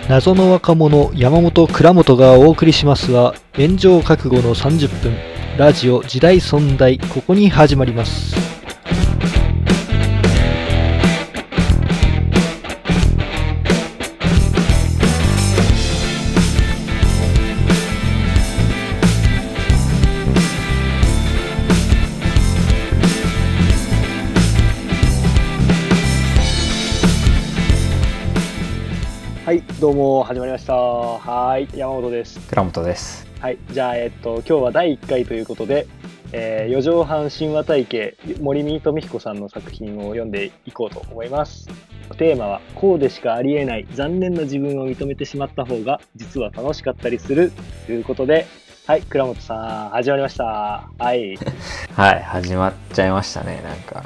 謎の若者山本倉本がお送りしますは、炎上覚悟の30分ラジオ時代存在、ここに始まります。はい、どうも始まりました。はい、山本です。 倉本です。 はい、じゃあ今日は第1回ということで、四畳半神話体系森見富彦さんの作品を読んでいこうと思います。テーマはこうでしかありえない残念な自分を認めてしまった方が実は楽しかったりするということで、はい、倉本さん始まりました。はいはい、始まっちゃいましたね。なんか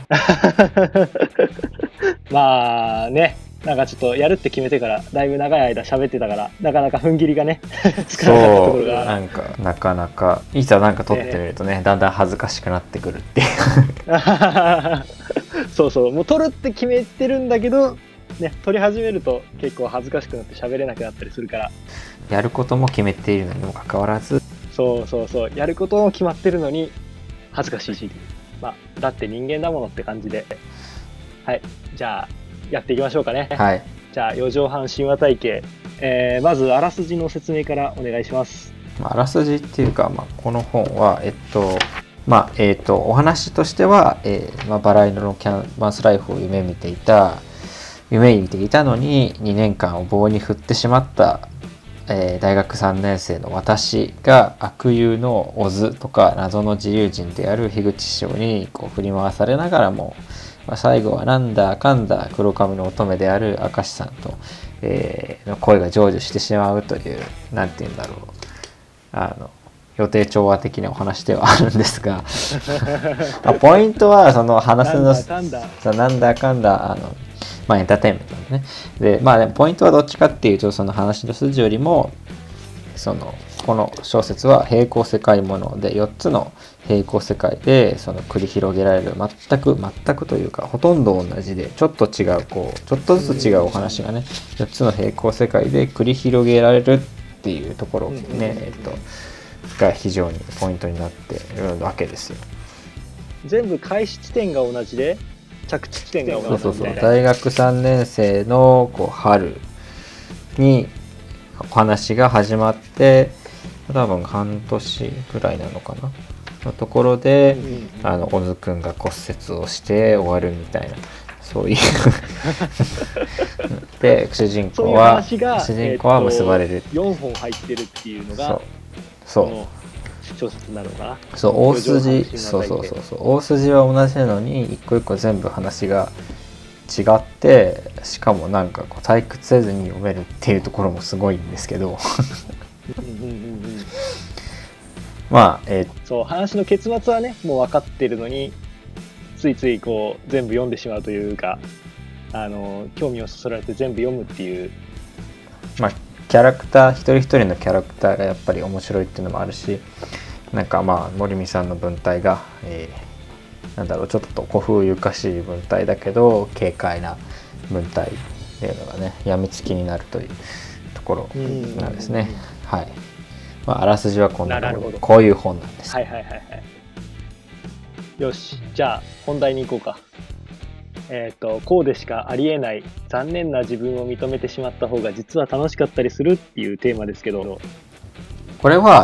まあね、なんかちょっとやるって決めてからだいぶ長い間喋ってたから、なかなか踏ん切りがねつかなかったところが、 なんかなかなかいざなんか撮ってみるとね、だんだん恥ずかしくなってくるっていうそうそう、もう撮るって決めてるんだけどね、撮り始めると結構恥ずかしくなって喋れなくなったりするから、 やることも決めているのにもかかわらず、 そうやることも決まってるのに恥ずかしいし、まあだって人間だものって感じで、はい、じゃあやっていきましょうかね。 はい。 じゃあ四畳半神話体系、まずあらすじの説明からお願いします。 あらすじっていうか、この本はお話としては、バラ色のキャンバスライフを夢見ていたのに2年間を棒に振ってしまった、大学3年生の私が悪友の小津とか謎の自由人である樋口師匠にこう振り回されながらも、最後はなんだかんだ黒髪の乙女である明石さんと、の恋が成就してしまうという、なんていうんだろう、予定調和的なお話ではあるんですがポイントはその話のなんだかんだエンターテインメントなんでね。ででもポイントはどっちかっていうと、その話の筋よりもこの小説は平行世界もので、4つの平行世界で繰り広げられる全くというかほとんど同じでちょっと違うちょっとずつ違うお話がね、4つの平行世界で繰り広げられるっていうところね、が非常にポイントになっているわけですよ。 全部開始地点が同じで着地地点が同じみたいな。 大学3年生の春にお話が始まって、多分半年ぐらいなのかなのところで、小津くんが骨折をして終わるみたいな、そういうで主人公は結ばれる、 4本入ってるっていうのがそう小説になるのかな。 大筋は同じなのに一個一個全部話が違って、しかもなんか退屈せずに読めるっていうところもすごいんですけどそう、話の結末はねもう分かってるのに、ついつい全部読んでしまうというか、興味をそそられて全部読むっていう、 キャラクター一人一人のキャラクターがやっぱり面白いっていうのもあるし、なんか森見さんの文体が、ちょっと古風ゆかしい文体だけど軽快な文体っていうのがね、やみつきになるというところなんですね。はい。あらすじはこういう本なんです。 はい。よし、じゃあ本題に行こうか。こうでしかありえない残念な自分を認めてしまった方が実は楽しかったりするっていうテーマですけど、 これは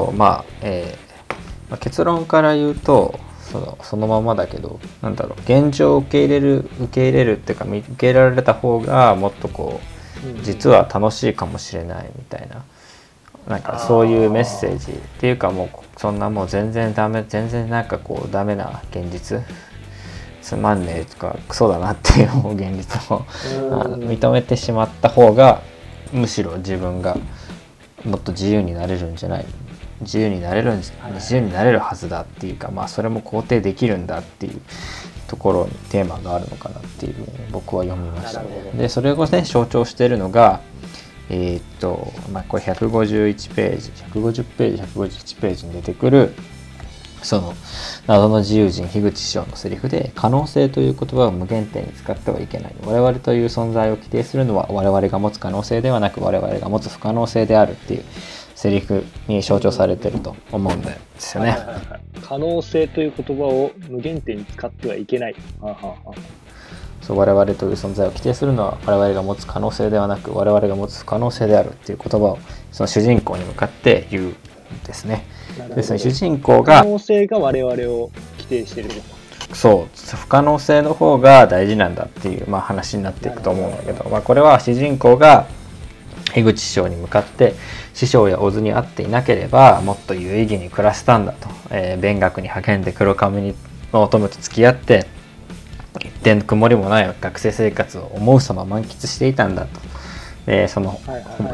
結論から言うとそのままだけど、現状を受け入れるっていうか、受け入れられた方がもっと実は楽しいかもしれないみたいな、なんかそういうメッセージっていうか、もうそんなもう全然ダメな現実、つまんねえとかクソだなっていう現実を認めてしまった方が、むしろ自分がもっと自由になれるはずだっていうか、それも肯定できるんだっていうところにテーマがあるのかなっていうふうに僕は読みましたね。でそれをね象徴しているのがこれ151ページ151ページに出てくるその謎の自由人樋口師匠のセリフで、可能性という言葉を無限定に使ってはいけない。我々という存在を規定するのは我々が持つ可能性ではなく我々が持つ不可能性であるっていうセリフに象徴されてると思うんですよね。 可能性という言葉を無限定に使ってはいけない。 そう、我々という存在を規定するのは我々が持つ可能性ではなく我々が持つ不可能性であるっていう言葉をその主人公に向かって言うんですね。ですね、主人公が可能性が我々を規定している。 そう不可能性の方が大事なんだっていう、話になっていくと思うんだけど、これは主人公が樋口師匠に向かって師匠や小津に会っていなければもっと有意義に暮らしたんだと、勉学に励んで黒髪の乙女と付き合って一点の曇りもない学生生活を思うさま満喫していたんだと。でその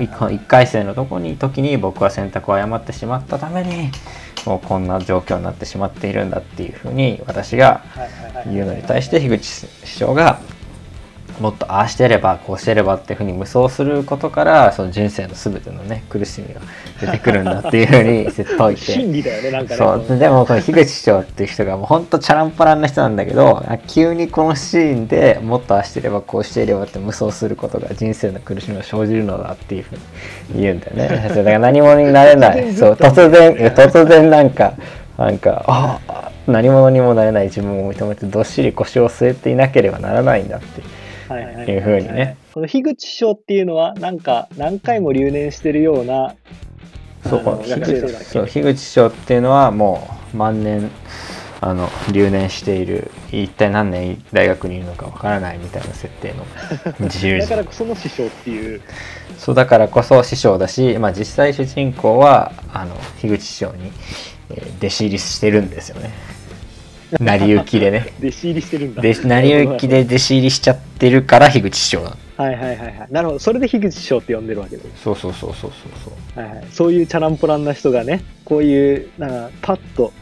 1回生の時に僕は選択を誤ってしまったためにもうこんな状況になってしまっているんだっていうふうに私が言うのに対して樋口師匠がもっとああしてればこうしてればっていうふうに無双することからその人生の全てのね苦しみが出てくるんだっていうふうに説解いて真理だよね、なんかね。 そうでもこの樋口師匠っていう人がもうほんとチャランポランな人なんだけど、急にこのシーンでもっとああしてればこうしていればって無双することが人生の苦しみを生じるのだっていうふうに言うんだよね。だから何者になれないそう突然なんか何者にもなれない自分を認めてどっしり腰を据えていなければならないんだっていう風にね。 この樋口師匠っていうのはなんか何回も留年してるような樋口師匠っていうのはもう万年留年している、一体何年大学にいるのかわからないみたいな設定の自由人だからこその師匠っていう。 そうだからこそ師匠だし、実際主人公は樋口師匠に、弟子入りしてるんですよね。成り行きでね弟子入りしてるんだ。 成り行きで弟子入りしちゃってるから樋口師匠なの。 なるほど、それで樋口師匠って呼んでるわけです。 そう、 そういうチャランポランな人がね、こういうパッと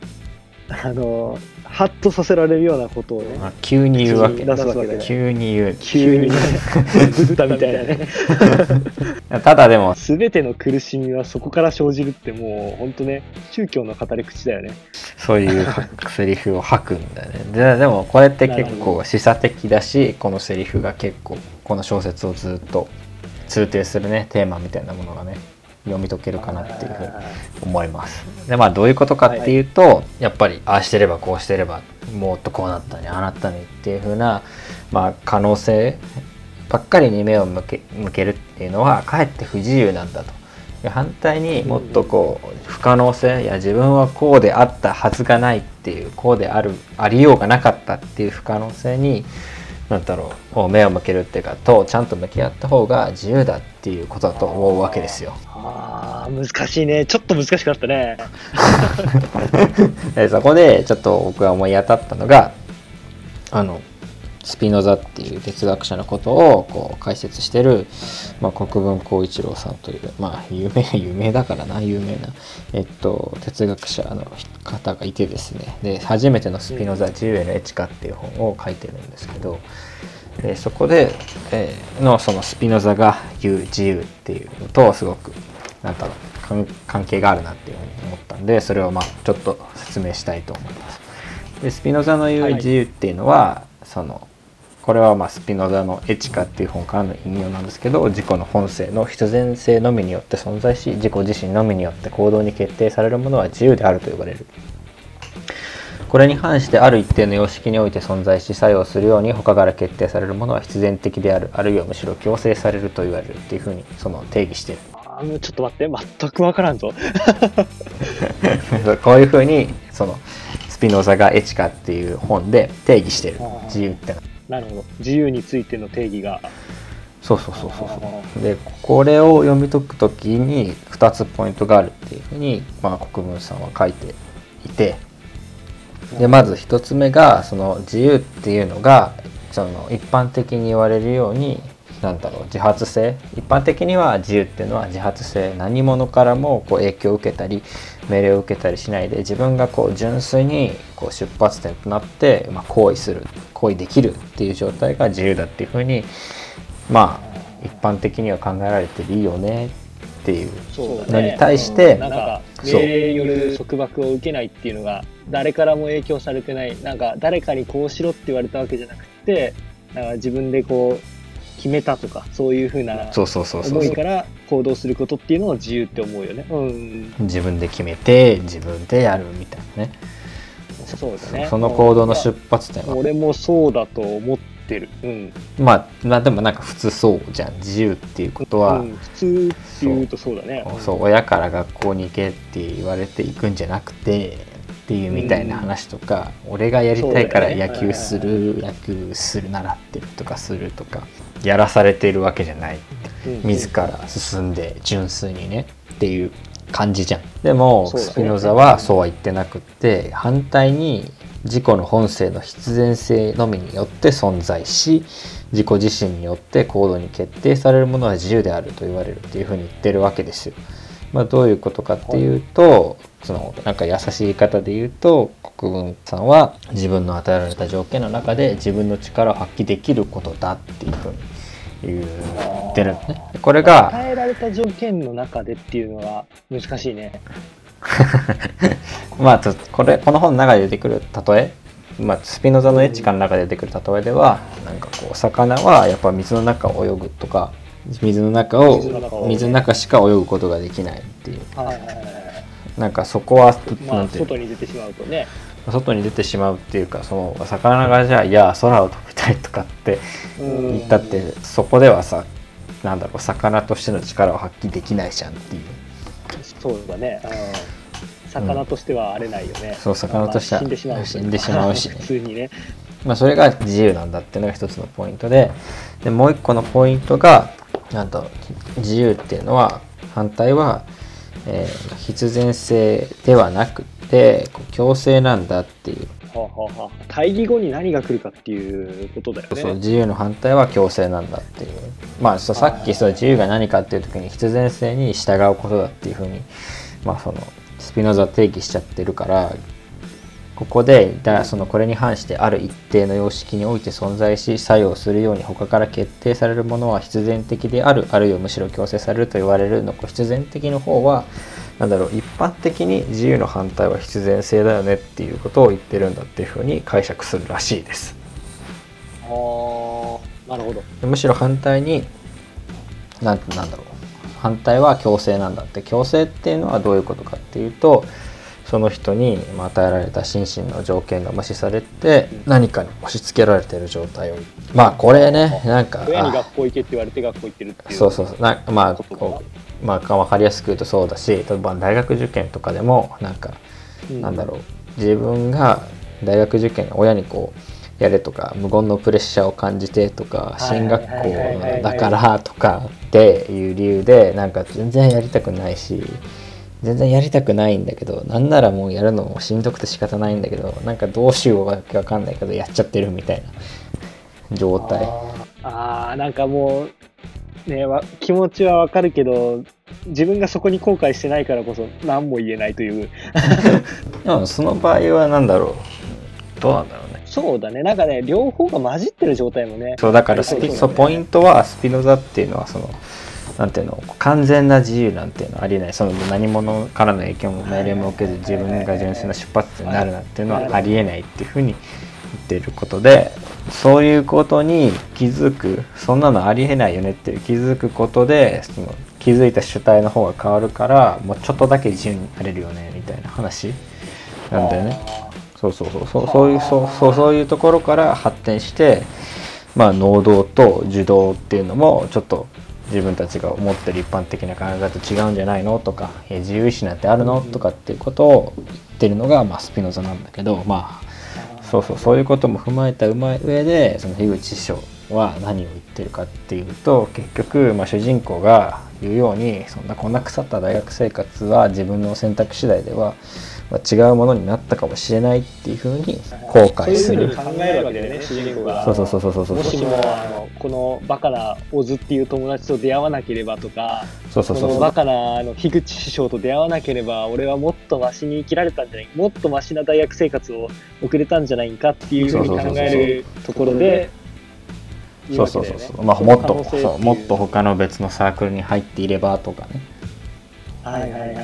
ハッとさせられるようなことをね、 急に言うわけ。 出すわけで、 急に言う。 急にね、ブッダみたいなね。 ただでも全ての苦しみはそこから生じるってもう本当ね、宗教の語り口だよね。 そういうセリフを吐くんだよね。でもこれって結構示唆的だし、このセリフが結構この小説をずっと通底するねテーマみたいなものがね読み解けるかなっていうふうに思います。でどういうことかっていうと、やっぱりああしてればこうしてればもっとこうなったねああなったねっていうふうな、可能性ばっかりに目を向けるっていうのはかえって不自由なんだと。反対にもっと不可能性や自分はこうであったはずがないっていう、こうでありようがなかったっていう不可能性に目を向けるっていうかちゃんと向き合った方が自由だっていうことだと思うわけですよ。 難しいね。ちょっと難しかったね。 そこでちょっと僕が思い当たったのがスピノザっていう哲学者のことを解説してる、国分光一郎さんという、有名だからな有名な、哲学者の方がいてですね、で初めてのスピノザ自由へのエチカっていう本を書いてるんですけど、そこで、そのスピノザが言う自由っていうのとすごく関係があるなっていうふうに思ったんで、それをちょっと説明したいと思います。でスピノザの言う自由っていうのは、これはスピノザのエチカっていう本からの引用なんですけど、自己の本性の必然性のみによって存在し、自己自身のみによって行動に決定されるものは自由であると呼ばれる。これに反してある一定の様式において存在し作用するように他から決定されるものは必然的である、あるいはむしろ強制されると言われるっていうふうに定義している。 ちょっと待って、全く分からんぞ。 こういうふうにスピノザがエチカっていう本で定義してる自由ってなるほど、自由についての定義が。 そうでこれを読み解くときに2つポイントがあるっていうふうに、国分さんは書いていて、でまず1つ目が自由っていうのが一般的に言われるように自発性、一般的には自由っていうのは自発性、何者からも影響を受けたり命令を受けたりしないで自分が純粋に出発点となって行為できるっていう状態が自由だっていうふうに一般的には考えられていいよねっっていうそうのに対して、 なんか命令による束縛を受けないっていうのが誰からも影響されてない、なんか誰かにこうしろって言われたわけじゃなくて、なんか自分でこう決めたとか、そういう風な思いから行動することっていうのを自由って思うよね。 自分で決めて自分でやるみたいなね。 そうだね。 その行動の出発点は俺もそうだと思ってる。 まあでもなんか普通そうじゃん。自由っていうことは、 普通っていうとそうだね。 そう親から学校に行けって言われて行くんじゃなくてっていうみたいな話とか、俺がやりたいから野球する、野球する習ってるとかするとかやらされているわけじゃない、自ら進んで純粋にねっていう感じじゃん。でもスピノザはそうは言ってなくって、反対に自己の本性の必然性のみによって存在し、自己自身によって行動に決定されるものは自由であると言われるっていうふうに言ってるわけですよ。どういうことかっていうと、そのなんか優しい言い方で言うと、国分さんは自分の与えられた条件の中で自分の力を発揮できることだっていうふうに言ってるね。これが与えられた条件の中でっていうのが難しいね。 この本の中で出てくる例え、スピノザのエチカの中で出てくる例えでは、なんかこう魚はやっぱ水の中を泳ぐとか、水の中しか泳ぐことができないっていう、なんかそこはなんていう、 外に出てしまうとね、 外に出てしまうっていうか、その魚がじゃあいや空を飛びたいとかって言ったって、そこではさ、なんだろう、魚としての力を発揮できないじゃんっていう。 そうだね、魚としてはあれないよね。 そう、魚としては死んでしまうし、ね、 普通にね。 それが自由なんだっていうのが一つのポイントで、もう一個のポイントが、なんと自由っていうのは反対は、必然性ではなくて強制なんだっていう。 対義語に何が来るかっていうことだよね。 そう、自由の反対は強制なんだっていう。さっき自由が何かっていう時に必然性に従うことだっていうふうに、そのスピノザ定義しちゃってるから、ここでこれに反してある一定の様式において存在し作用するように他から決定されるものは必然的である、あるいはむしろ強制されると言われるの必然的の方は、一般的に自由の反対は必然性だよねっていうことを言ってるんだっていうふうに解釈するらしいです。 なるほど。 むしろ反対に反対は強制なんだって。強制っていうのはどういうことかっていうと、その人に与えられた心身の条件が無視されて何かに押し付けられている状態を、これね、なんか親に学校行けって言われて学校行ってるっていう。 そう分かりやすく言うとそうだし、例えば大学受験とかでも自分が大学受験親にこうやれとか、無言のプレッシャーを感じてとか、進学校だからとかっていう理由でなんか全然やりたくないし、全然やりたくないんだけど、なんならもうやるのもしんどくて仕方ないんだけど、なんかどうしようわけわかんないけどやっちゃってるみたいな状態。 なんかもうね、気持ちはわかるけど、自分がそこに後悔してないからこそ何も言えないという。 でもその場合はどうなんだろうね。 そうだね、なんかね、両方が混じってる状態もね。 そうだからポイントはスピノザっていうのはなんていうの、完全な自由なんていうのはありえない。何者からの影響も命令も受けず自分が純粋な出発点になるなんていうのはありえないっていうふうに言っていることで、そういうことに気づく、そんなのありえないよねっていう気づくことで、気づいた主体の方が変わるから、もうちょっとだけ自由になれるよねみたいな話なんだよね。そういうところから発展して、能動と受動っていうのもちょっと自分たちが思ってる一般的な考え方と違うんじゃないのとか、自由意志なんてあるのとかっていうことを言ってるのがスピノザなんだけど、そういうことも踏まえた上で、その樋口師匠は何を言ってるかっていうと、結局、主人公が言うように、こんな腐った大学生活は自分の選択次第では違うものになったかもしれないっていうふうに後悔する。 そういうふうに考えるわけだよね、主人公が。もしもこのバカな小津っていう友達と出会わなければとか、このバカな樋口師匠と出会わなければ俺はもっとマシに生きられたんじゃない、もっとマシな大学生活を送れたんじゃないかっていうふうに考えるところで、 もっと他の別のサークルに入っていればとかね。 はいはいはいはいはい。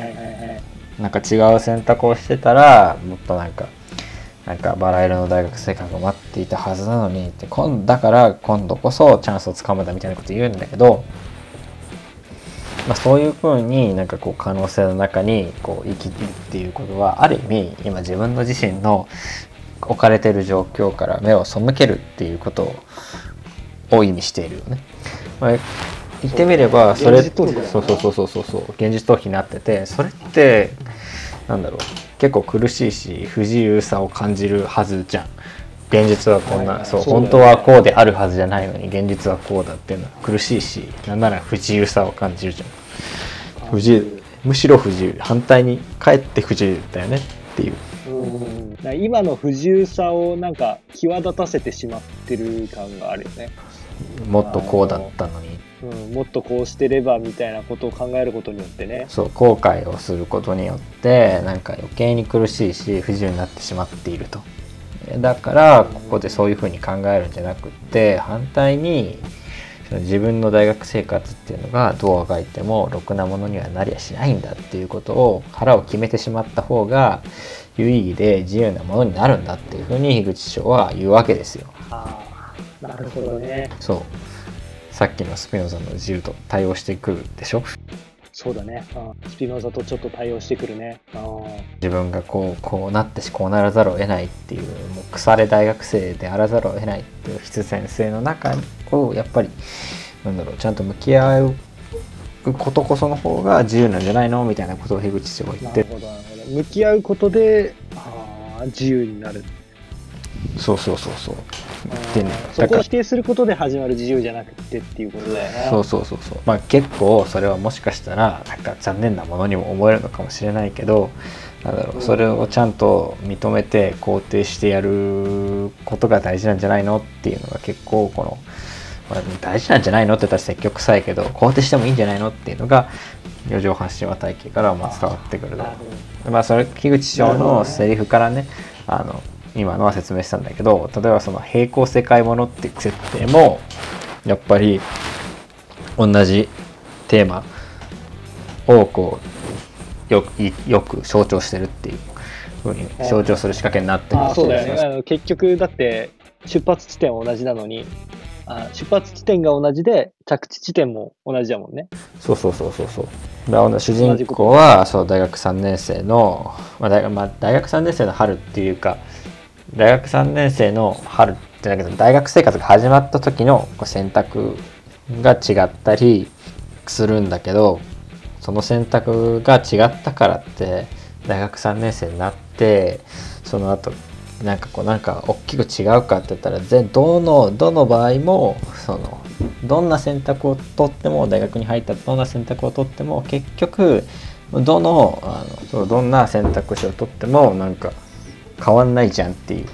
なんか違う選択をしてたらもっとなんかバラ色の大学生活が待っていたはずなのにってだから今度こそチャンスをつかむんだみたいなこと言うんだけど、まあ、そういう風になんかこう可能性の中にこう生きてるっていうことはある意味今自分の自身の置かれている状況から目を背けるっていうことを意味しているよね。まあ、言ってみればそれ、そうそう現実逃避になってて、それってなんだろう、結構苦しいし不自由さを感じるはずじゃん。現実はこんな、そう本当はこうであるはずじゃないのに現実はこうだっていうのは苦しいし、なんなら不自由さを感じるじゃん。不自由、むしろ不自由、反対にかえって不自由だよねっていう。 今の不自由さをなんか際立たせてしまってる感があるよね。 もっとこうだったのに、 もっとこうしてればみたいなことを考えることによってね、 そう後悔をすることによってなんか余計に苦しいし不自由になってしまっていると。だからここでそういうふうに考えるんじゃなくって反対に自分の大学生活っていうのがどうあがいてもろくなものにはなりゃしないんだっていうことを腹を決めてしまった方が有意義で自由なものになるんだっていうふうに樋口師匠は言うわけですよ。 なるほどね。 そうさっきのスピノザの自由と対応してくるでしょ。 そうだね、スピノザとちょっと対応してくるね。 自分がこうなってしこうならざるを得ないっていう、もう腐れ大学生であらざるを得ないっていう必然性の中をやっぱりなんだろう、ちゃんと向き合うことこその方が自由なんじゃないのみたいなことを樋口師匠が言って、 なるほどなるほど、向き合うことで自由になる。 そうでね、そこを否定することで始まる自由じゃなくてっていうことだよね。 そうまあ結構それはもしかしたらなんか残念なものにも思えるのかもしれないけど、なんだろう、それをちゃんと認めて肯定してやることが大事なんじゃないのっていうのが結構この、まあ、大事なんじゃないのって言ったら積極臭いけど肯定してもいいんじゃないのっていうのが四畳半神話体系からまあ伝わってくる。まあそれ樋口師匠のセリフからね、今のは説明したんだけど、例えばその平行世界ものっていう設定もやっぱり同じテーマをこうよく象徴してるっていう風に象徴する仕掛けになってる。 そうだよね。結局だって出発地点は同じなのに、出発地点が同じで着地地点も同じだもんね。 そうだから主人公はそう大学3年生の、大学3年生の春っていうか大学3年生の春ってだけど大学生活が始まった時の選択が違ったりするんだけど、その選択が違ったからって大学3年生になってその後なんか大きく違うかって言ったらどの場合もどんな選択を取っても大学に入ったどんな選択を取っても結局どんな選択肢を取ってもなんか変わんないじゃんっていう、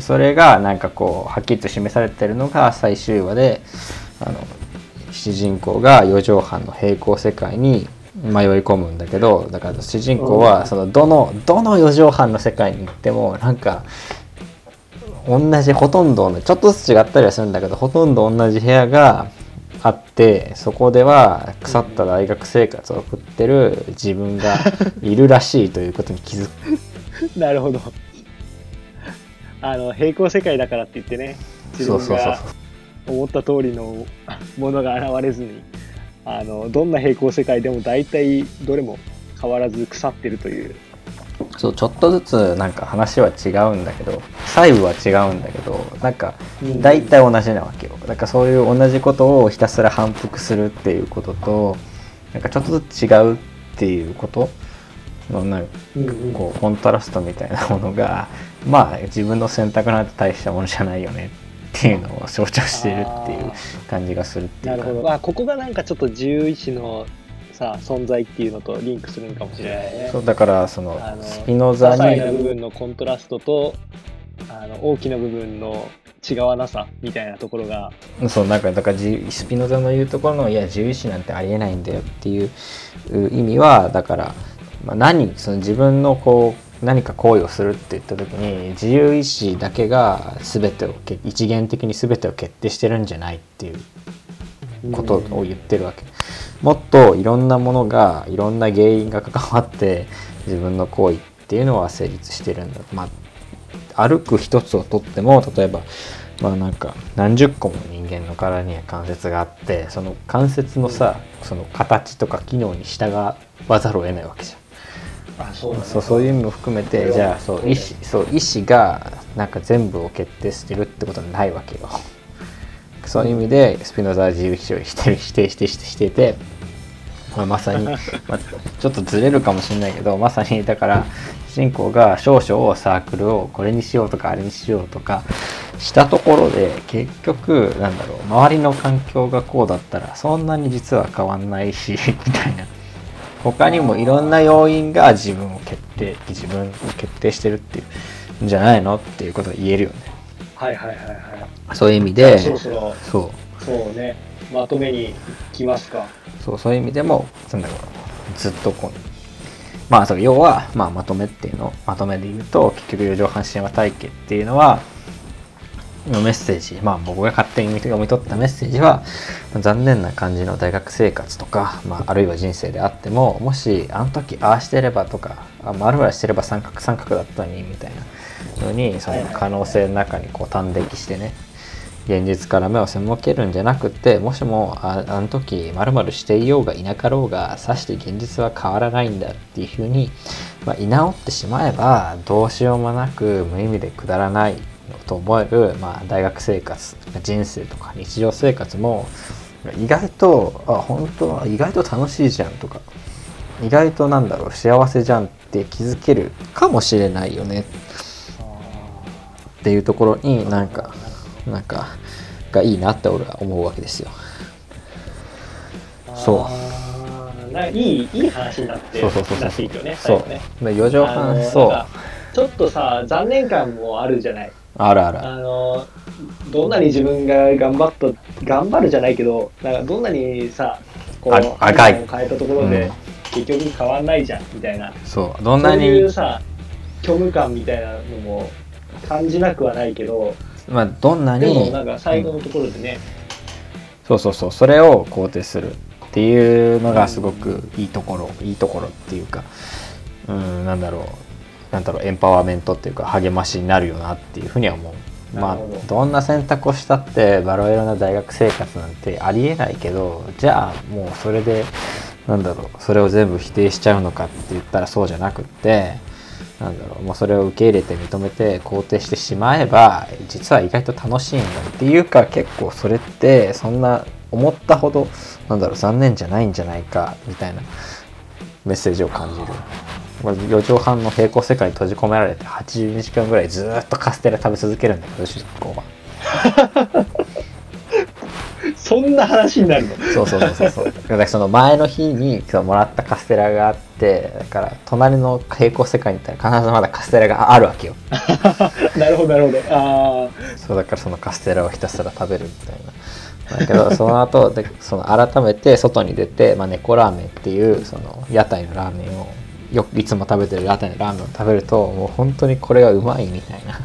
それがなんかこうはっきりと示されてるのが最終話で主人公が四畳半の平行世界に迷い込むんだけど、だから主人公はどの四畳半の世界に行ってもなんか同じほとんどちょっとずつ違ったりはするんだけどほとんど同じ部屋があって、そこでは腐った大学生活を送ってる自分がいるらしいということに気づく。 なるほど。平行世界だからって言ってね、自分が思った通りのものが現れずに、どんな平行世界でも大体どれも変わらず腐ってるという。 そうちょっとずつなんか話は違うんだけど細部は違うんだけどなんか大体同じなわけよ。だからそういう同じことをひたすら反復するっていうこととなんかちょっとずつ違うっていうことのなんかこうコントラストみたいなものがまあ自分の選択なんて大したものじゃないよねっていうのを象徴しているっていう感じがするっていうか。 なるほど。ここがなんかちょっと獣医師の存在っていうのとリンクするのかもしれないね。 そうだからそのスピノザに些細な部分のコントラストと大きな部分の違わなさみたいなところが、 そうだからスピノザの言うところのいや獣医師なんてありえないんだよっていう意味はだから、その自分のこう何か行為をするって言った時に自由意志だけが全てを一元的に全てを決定してるんじゃないっていうことを言ってるわけ。もっといろんなものがいろんな原因が関わって自分の行為っていうのは成立してるんだ。歩く一つをとっても、例えばなんか何十個も人間の体には関節があって、その関節のさ、その形とか機能に従わざるを得ないわけじゃん。そういう意味も含めて、じゃあ意思がなんか全部を決定してるってことはないわけよ。そういう意味でスピノザは自由意志を否定していて、まさに、ちょっとずれるかもしれないけど、まさにだから主人公が少々サークルをこれにしようとかあれにしようとかしたところで、結局周りの環境がこうだったらそんなに実は変わんないしみたいな、他にもいろんな要因が自分を決定してるっていうんじゃないのっていうことが言えるよね。そういう意味でそうね、まとめに来ますか。 そういう意味でもずっと要は、まとめっていうのをまとめで言うと、結局四畳半神話体系っていうのはのメッセージ、僕が勝手に読み取ったメッセージは、残念な感じの大学生活とか、あるいは人生であっても、もしあの時ああしてればとか、丸々してれば三角だったのにみたいなのに、その可能性の中に端的してね、現実から目を背けるんじゃなくて、もしもあの時丸々していようがいなかろうが、さして現実は変わらないんだっていうふうに、居直ってしまえば、どうしようもなく無意味でくだらないと思える、大学生活、人生とか日常生活も意外と本当は意外と楽しいじゃんとか、意外と幸せじゃんって気づけるかもしれないよねっていうところになんかがいいなって俺は思うわけですよ。 いい話になっていいよね。 四畳半ちょっとさ、残念感もあるじゃない。 ある。 どんなに自分が頑張るじゃないけど、どんなにさ、判断を変えたところで、結局変わんないじゃんみたいな。 どんなにそういうさ、虚無感みたいなのも感じなくはないけど、 どんなにでも最後のところでね、 それを肯定するっていうのがすごくいいところっていうか、エンパワーメントっていうか励ましになるよなっていうふうには思う。どんな選択をしたってバロエロな大学生活なんてありえないけど、じゃあもうそれでそれを全部否定しちゃうのかって言ったらそうじゃなくって、もうそれを受け入れて認めて肯定してしまえば、実は意外と楽しいんだっていうか、結構それってそんな思ったほど残念じゃないんじゃないかみたいなメッセージを感じる。四畳半の平行世界に閉じ込められて82時間ぐらいずっとカステラ食べ続けるんだけど、主人公はそんな話になるの？ そうだからその前の日にもらったカステラがあって、だから隣の平行世界に行ったら必ずまだカステラがあるわけよなるほどだからそのカステラをひたすら食べるみたいな。だけどその後で改めて外に出て、猫ラーメンっていうその屋台のラーメンをいつも食べてる屋台のラーメンを食べると、もう本当にこれがうまいみたいな。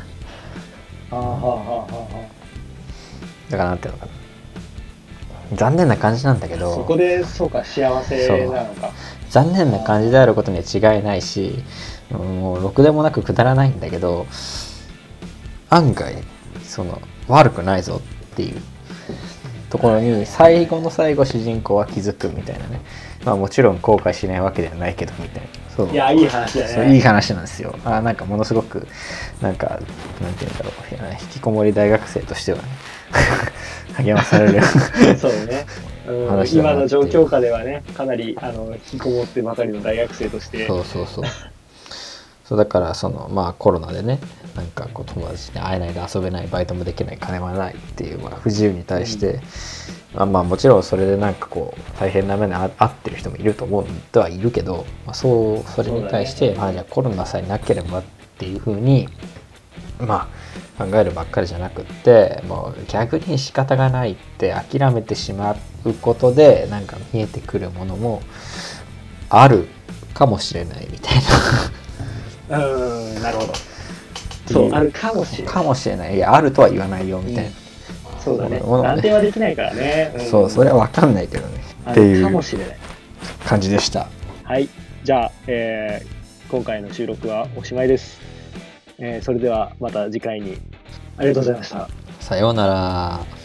だからなんていうのかな、残念な感じなんだけど、 そこで幸せなのか。 残念な感じであることには違いないし、もうろくでもなくくだらないんだけど、案外悪くないぞっていうところに最後の最後主人公は気づくみたいなね。もちろん後悔しないわけではないけどみたいな。 いや、いい話だね。 いい話なんですよ。ものすごくなんていうんだろう、引きこもり大学生としてはね励まされるそうね、今の状況下ではね、かなり引きこもってばかりの大学生として。 そうだからコロナでね、友達に会えないで遊べない、バイトもできない、金もないっていう不自由に対して、もちろんそれで大変な目に遭ってる人もいると思ってはいるけど、それに対して、じゃあコロナさえなければっていうふうに考えるばっかりじゃなくって、もう逆に仕方がないって諦めてしまうことで見えてくるものもあるかもしれないみたいな。 なるほど。そう、あるかもしれない。 いや、あるとは言わないよみたいな。 そうだね。 ものが断定はできないからね。 そう、それは分かんないけどね。っていかうもしれない感じでした。 はい。じゃあ、今回の収録はおしまいです。それではまた次回に。ありがとうございました。 さようなら。